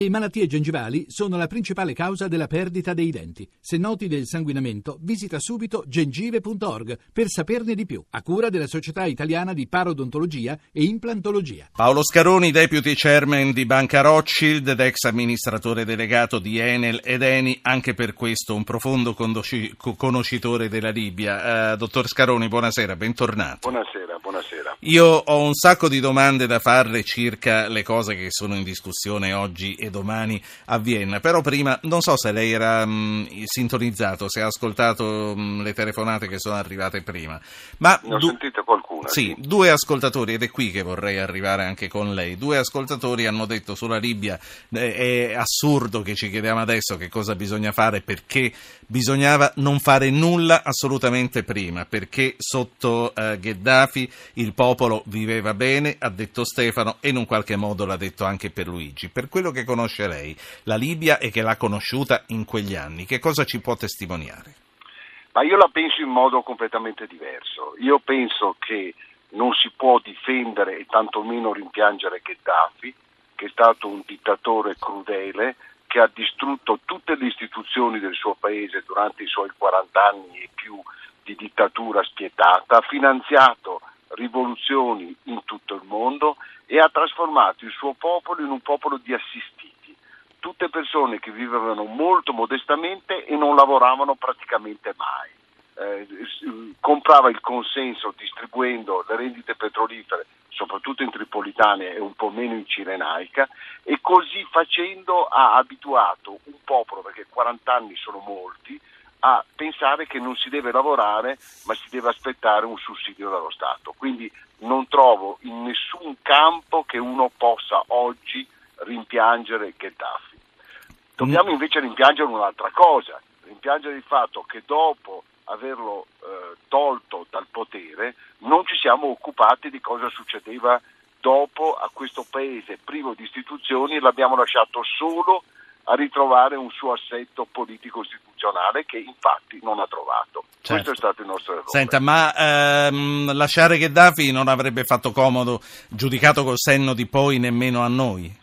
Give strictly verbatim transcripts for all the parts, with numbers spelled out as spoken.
Le malattie gengivali sono la principale causa della perdita dei denti. Se noti del sanguinamento, visita subito gengive punto org per saperne di più, a cura della Società Italiana di Parodontologia e Implantologia. Paolo Scaroni, Deputy Chairman di Banca Rothschild ed ex amministratore delegato di Enel ed Eni, anche per questo un profondo conoscitore della Libia. Uh, dottor Scaroni, buonasera, bentornato. Buonasera, buonasera. Io ho un sacco di domande da farle circa le cose che sono in discussione oggi e domani a Vienna, però prima non so se lei era mh, sintonizzato, se ha ascoltato mh, le telefonate che sono arrivate prima, ma ne ho du- sentite qualcuna. Sì, sì, due ascoltatori, ed è qui che vorrei arrivare anche con lei, due ascoltatori hanno detto sulla Libia eh, è assurdo che ci chiediamo adesso che cosa bisogna fare, perché bisognava non fare nulla assolutamente prima, perché sotto eh, Gheddafi il popolo viveva bene, ha detto Stefano, e in un qualche modo l'ha detto anche Pierluigi. Per quello che conosce lei, la Libia, e che l'ha conosciuta in quegli anni, che cosa ci può testimoniare? Ma io la penso in modo completamente diverso. Io penso che non si può difendere e tantomeno rimpiangere Gheddafi, che è stato un dittatore crudele, che ha distrutto tutte le istituzioni del suo paese durante i suoi quaranta anni e più di dittatura spietata, ha finanziato rivoluzioni in tutto il mondo e ha trasformato il suo popolo in un popolo di assistiti, tutte persone che vivevano molto modestamente e non lavoravano praticamente mai. Eh, comprava il consenso distribuendo le rendite petrolifere, soprattutto in Tripolitania e un po' meno in Cirenaica, e così facendo ha abituato un popolo, perché quaranta anni sono molti, a pensare che non si deve lavorare ma si deve aspettare un sussidio dallo Stato. Quindi non trovo in nessun campo che uno possa oggi rimpiangere Gheddafi. Dobbiamo invece rimpiangere un'altra cosa, rimpiangere il fatto che dopo averlo eh, tolto dal potere non ci siamo occupati di cosa succedeva dopo a questo paese privo di istituzioni e l'abbiamo lasciato solo a ritrovare un suo assetto politico-istituzionale che infatti non ha trovato. Certo. Questo è stato il nostro errore. Senta, ma ehm, lasciare Gheddafi non avrebbe fatto comodo, giudicato col senno di poi, nemmeno a noi?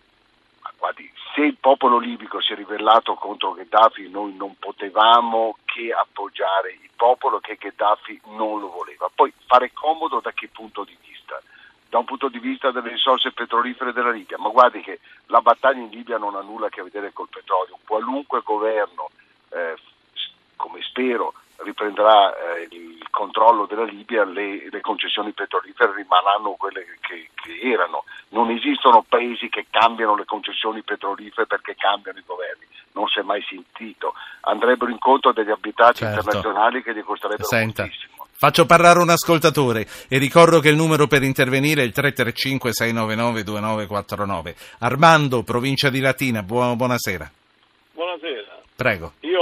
Ma guardi, se il popolo libico si è ribellato contro Gheddafi, noi non potevamo che appoggiare il popolo che Gheddafi non lo voleva. Poi fare comodo da che punto di vista? Da un punto di vista delle risorse petrolifere della Libia, ma guardi che la battaglia in Libia non ha nulla a che vedere col petrolio. Qualunque governo, eh, come spero, riprenderà eh, il controllo della Libia, le, le concessioni petrolifere rimarranno quelle che, che erano. Non esistono paesi che cambiano le concessioni petrolifere perché cambiano i governi, non si è mai sentito. Andrebbero incontro a degli arbitraggi certo. internazionali che gli costerebbero Senta. moltissimo. Faccio parlare un ascoltatore e ricordo che il numero per intervenire è il tre tre cinque sei nove nove due nove quattro nove. Armando, provincia di Latina, buona, buonasera. Buonasera. Prego. Io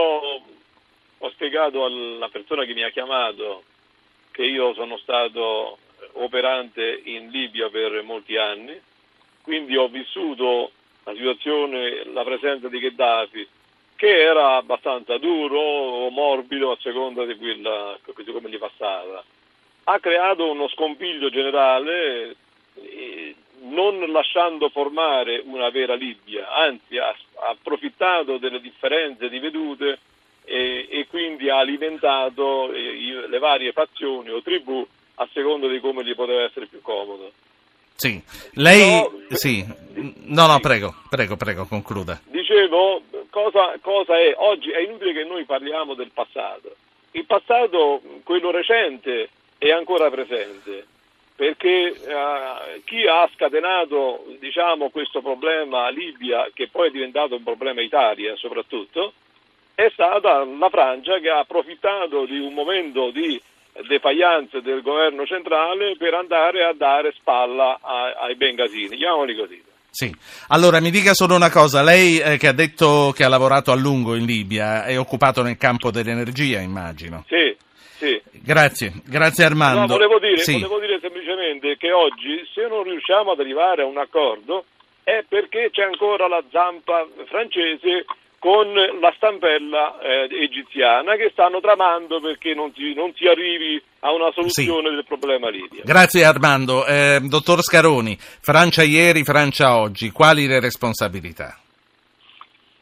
ho spiegato alla persona che mi ha chiamato che io sono stato operante in Libia per molti anni, quindi ho vissuto la situazione, la presenza di Gheddafi, che era abbastanza duro o morbido a seconda di quella, di come gli passava. Ha creato uno scompiglio generale, eh, non lasciando formare una vera Libia, anzi ha, ha approfittato delle differenze di vedute e, e quindi ha alimentato eh, le varie fazioni o tribù a seconda di come gli poteva essere più comodo. Sì, lei... No, sì, no, no, prego, prego, prego, concluda. Dicevo, cosa, cosa è? Oggi è inutile che noi parliamo del passato. Il passato, quello recente, è ancora presente, perché uh, chi ha scatenato, diciamo, questo problema Libia, che poi è diventato un problema Italia soprattutto, è stata la Francia, che ha approfittato di un momento di defaillance del governo centrale per andare a dare spalla a, ai bengasini, chiamiamoli così. Sì, allora mi dica solo una cosa, lei eh, che ha detto che ha lavorato a lungo in Libia, è occupato nel campo dell'energia, immagino. Sì, sì. Grazie, grazie Armando. No, volevo dire, sì. volevo dire semplicemente che oggi se non riusciamo ad arrivare a un accordo è perché c'è ancora la zampa francese con la stampella eh, egiziana che stanno tramando perché non si, non si arrivi a una soluzione sì. del problema Libia. Grazie Armando. Eh, dottor Scaroni, Francia ieri, Francia oggi, quali le responsabilità?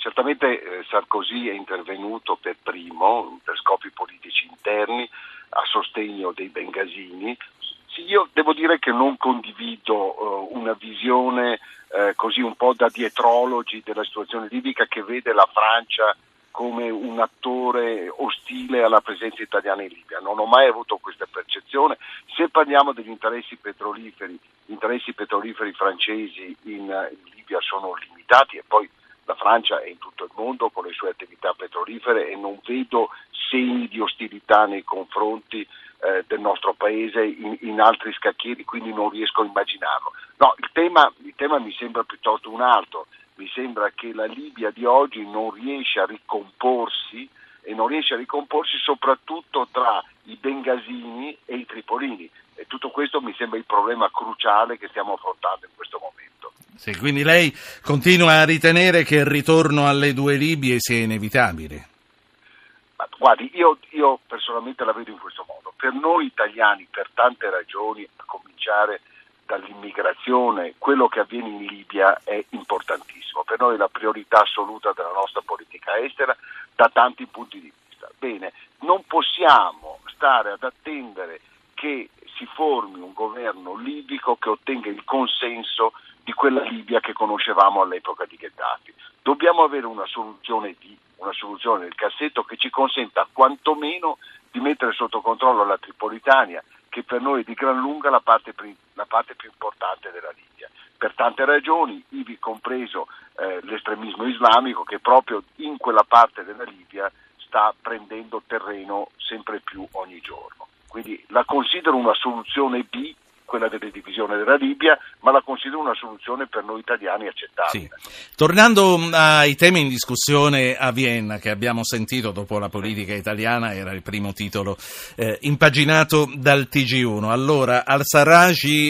certamente eh, Sarkozy è intervenuto per primo, per scopi politici interni, a sostegno dei bengasini. Sì, io devo dire che non condivido uh, una visione uh, così un po' da dietrologi della situazione libica, che vede la Francia come un attore ostile alla presenza italiana in Libia. Non ho mai avuto questa percezione. Se parliamo degli interessi petroliferi, gli interessi petroliferi francesi in, in Libia sono limitati, e poi la Francia è in tutto il mondo con le sue attività petrolifere, e non vedo segni di ostilità nei confronti eh, del nostro paese in, in altri scacchieri, quindi non riesco a immaginarlo. No, il tema, il tema mi sembra piuttosto un altro. Mi sembra che la Libia di oggi non riesce a ricomporsi, e non riesce a ricomporsi soprattutto tra i bengasini e i tripolini, e tutto questo mi sembra il problema cruciale che stiamo affrontando in questo momento. Sì, quindi lei continua a ritenere che il ritorno alle due Libie sia inevitabile? Ma, guardi, io, io personalmente la vedo in questo modo. Per noi italiani, per tante ragioni, a cominciare dall'immigrazione, quello che avviene in Libia è importantissimo. Per noi è la priorità assoluta della nostra politica estera da tanti punti di vista. Bene, non possiamo stare ad attendere che si formi un governo libico che ottenga il consenso di quella Libia che conoscevamo all'epoca di Gheddafi. Dobbiamo avere una soluzione di una soluzione nel cassetto che ci consenta quantomeno di mettere sotto controllo la Tripolitania, che per noi è di gran lunga la parte, la parte più importante della Libia, per tante ragioni, ivi compreso eh, l'estremismo islamico, che proprio in quella parte della Libia sta prendendo terreno sempre più ogni giorno. Quindi la considero una soluzione B, quella delle divisioni della Libia, ma la considero una soluzione per noi italiani accettabile. Sì. Tornando ai temi in discussione a Vienna, che abbiamo sentito dopo la politica italiana, era il primo titolo eh, impaginato dal T G uno. Allora, al-Sarraj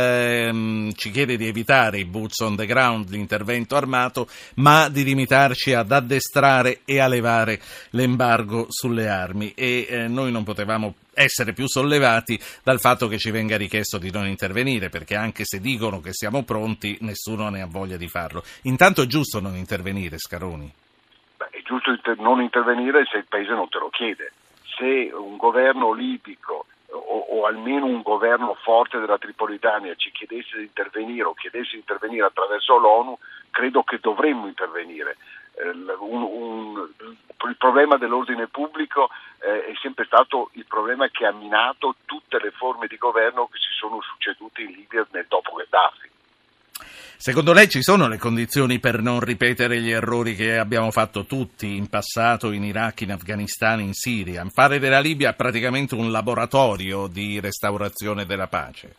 eh, ci chiede di evitare i boots on the ground, l'intervento armato, ma di limitarci ad addestrare e a levare l'embargo sulle armi. E eh, noi non potevamo essere più sollevati dal fatto che ci venga richiesto di non intervenire, perché anche se dicono che siamo pronti, nessuno ne ha voglia di farlo. Intanto è giusto non intervenire, Scaroni? Beh, è giusto inter- non intervenire se il paese non te lo chiede. Se un governo libico o, o almeno un governo forte della Tripolitania ci chiedesse di intervenire o chiedesse di intervenire attraverso l'ONU, credo che dovremmo intervenire. Un, un, il problema dell'ordine pubblico eh, è sempre stato il problema che ha minato tutte le forme di governo che si sono succedute in Libia nel dopo Gheddafi. Secondo lei ci sono le condizioni per non ripetere gli errori che abbiamo fatto tutti in passato in Iraq, in Afghanistan, in Siria? Fare della Libia praticamente un laboratorio di restaurazione della pace?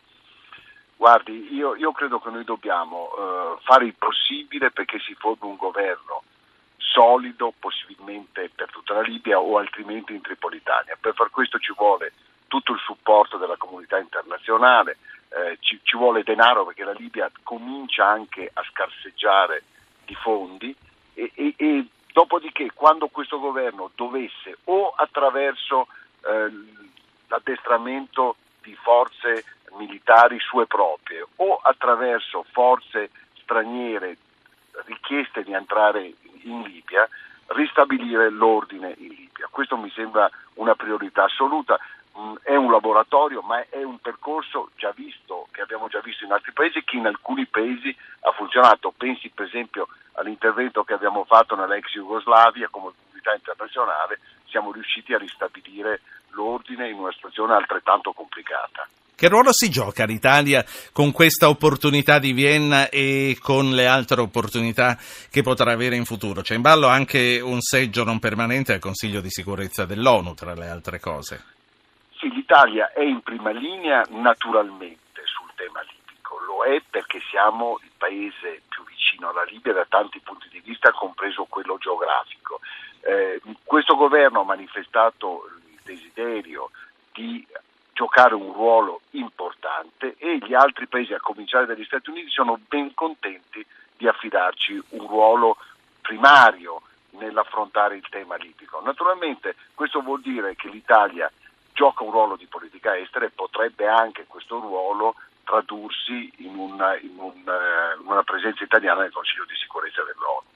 Guardi, io, io credo che noi dobbiamo uh, fare il possibile perché si formi un governo solido, possibilmente per tutta la Libia o altrimenti in Tripolitania. Per far questo ci vuole tutto il supporto della comunità internazionale, eh, ci, ci vuole denaro, perché la Libia comincia anche a scarseggiare di fondi e, e, e dopodiché quando questo governo dovesse o attraverso eh, l'addestramento di forze militari sue proprie o attraverso forze straniere richieste di entrare in Libia, ristabilire l'ordine in Libia. Questo mi sembra una priorità assoluta. È un laboratorio, ma è un percorso già visto, che abbiamo già visto in altri paesi, che in alcuni paesi ha funzionato. Pensi per esempio all'intervento che abbiamo fatto nell'ex Jugoslavia, come comunità internazionale siamo riusciti a ristabilire l'ordine in una situazione altrettanto complicata. Che ruolo si gioca l'Italia con questa opportunità di Vienna e con le altre opportunità che potrà avere in futuro? C'è in ballo anche un seggio non permanente al Consiglio di sicurezza dell'ONU, tra le altre cose. Sì, l'Italia è in prima linea naturalmente sul tema libico, lo è perché siamo il paese più vicino alla Libia da tanti punti di vista, compreso quello geografico. Eh, questo governo ha manifestato il desiderio di giocare un ruolo importante e gli altri paesi, a cominciare dagli Stati Uniti, sono ben contenti di affidarci un ruolo primario nell'affrontare il tema libico. Naturalmente questo vuol dire che l'Italia gioca un ruolo di politica estera e potrebbe anche questo ruolo tradursi in una, in un, in una presenza italiana nel Consiglio di sicurezza dell'ONU.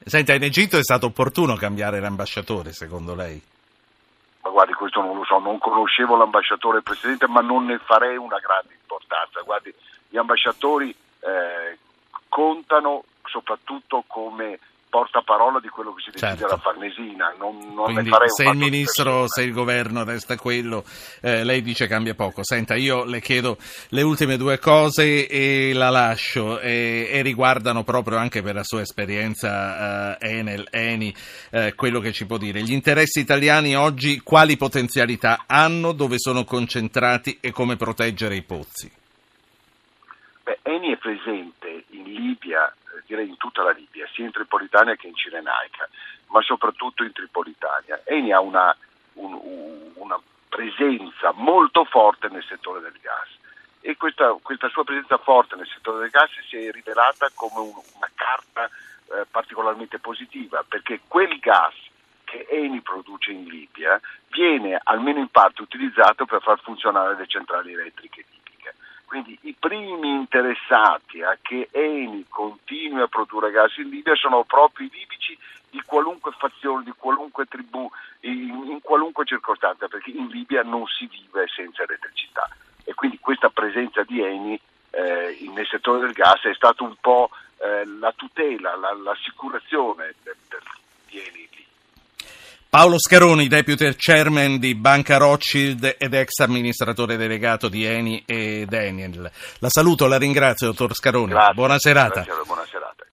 Senta, in Egitto è stato opportuno cambiare l'ambasciatore, secondo lei? Ma guardi, questo non lo so, non conoscevo l'ambasciatore presidente, ma non ne farei una grande importanza. Guardi, gli ambasciatori eh, contano soprattutto come portaparola di quello che si decide certo. alla Farnesina. Non, non Quindi ne farei se un il ministro, se persona. il governo resta quello, eh, lei dice cambia poco. Senta, io le chiedo le ultime due cose e la lascio, e, e riguardano proprio anche per la sua esperienza eh, Enel, Eni, eh, quello che ci può dire. Gli interessi italiani oggi quali potenzialità hanno, dove sono concentrati e come proteggere i pozzi? Beh, Eni è presente in Libia, direi in tutta la Libia, sia in Tripolitania che in Cirenaica, ma soprattutto in Tripolitania. Eni ha una, un, una presenza molto forte nel settore del gas e questa, questa sua presenza forte nel settore del gas si è rivelata come un, una carta eh, particolarmente positiva, perché quel gas che Eni produce in Libia viene almeno in parte utilizzato per far funzionare le centrali elettriche libiche. Quindi i primi interessati a che Eni continui a produrre gas in Libia sono proprio i libici di qualunque fazione, di qualunque tribù, in, in qualunque circostanza, perché in Libia non si vive senza elettricità. E quindi questa presenza di Eni eh, nel settore del gas è stata un po' eh, la tutela, la, l'assicurazione del, del, di Eni lì. Paolo Scaroni, Deputy Chairman di Banca Rothschild ed ex amministratore delegato di Eni ed Enel. La saluto, la ringrazio, dottor Scaroni. Grazie. Buona serata. Grazie, buona serata.